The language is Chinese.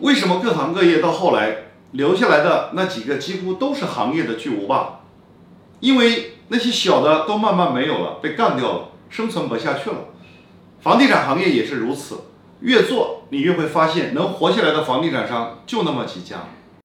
为什么各行各业到后来留下来的那几个几乎都是行业的巨无霸？因为那些小的都慢慢没有了，被干掉了，生存不下去了。房地产行业也是如此，越做你越会发现，能活下来的房地产商就那么几家。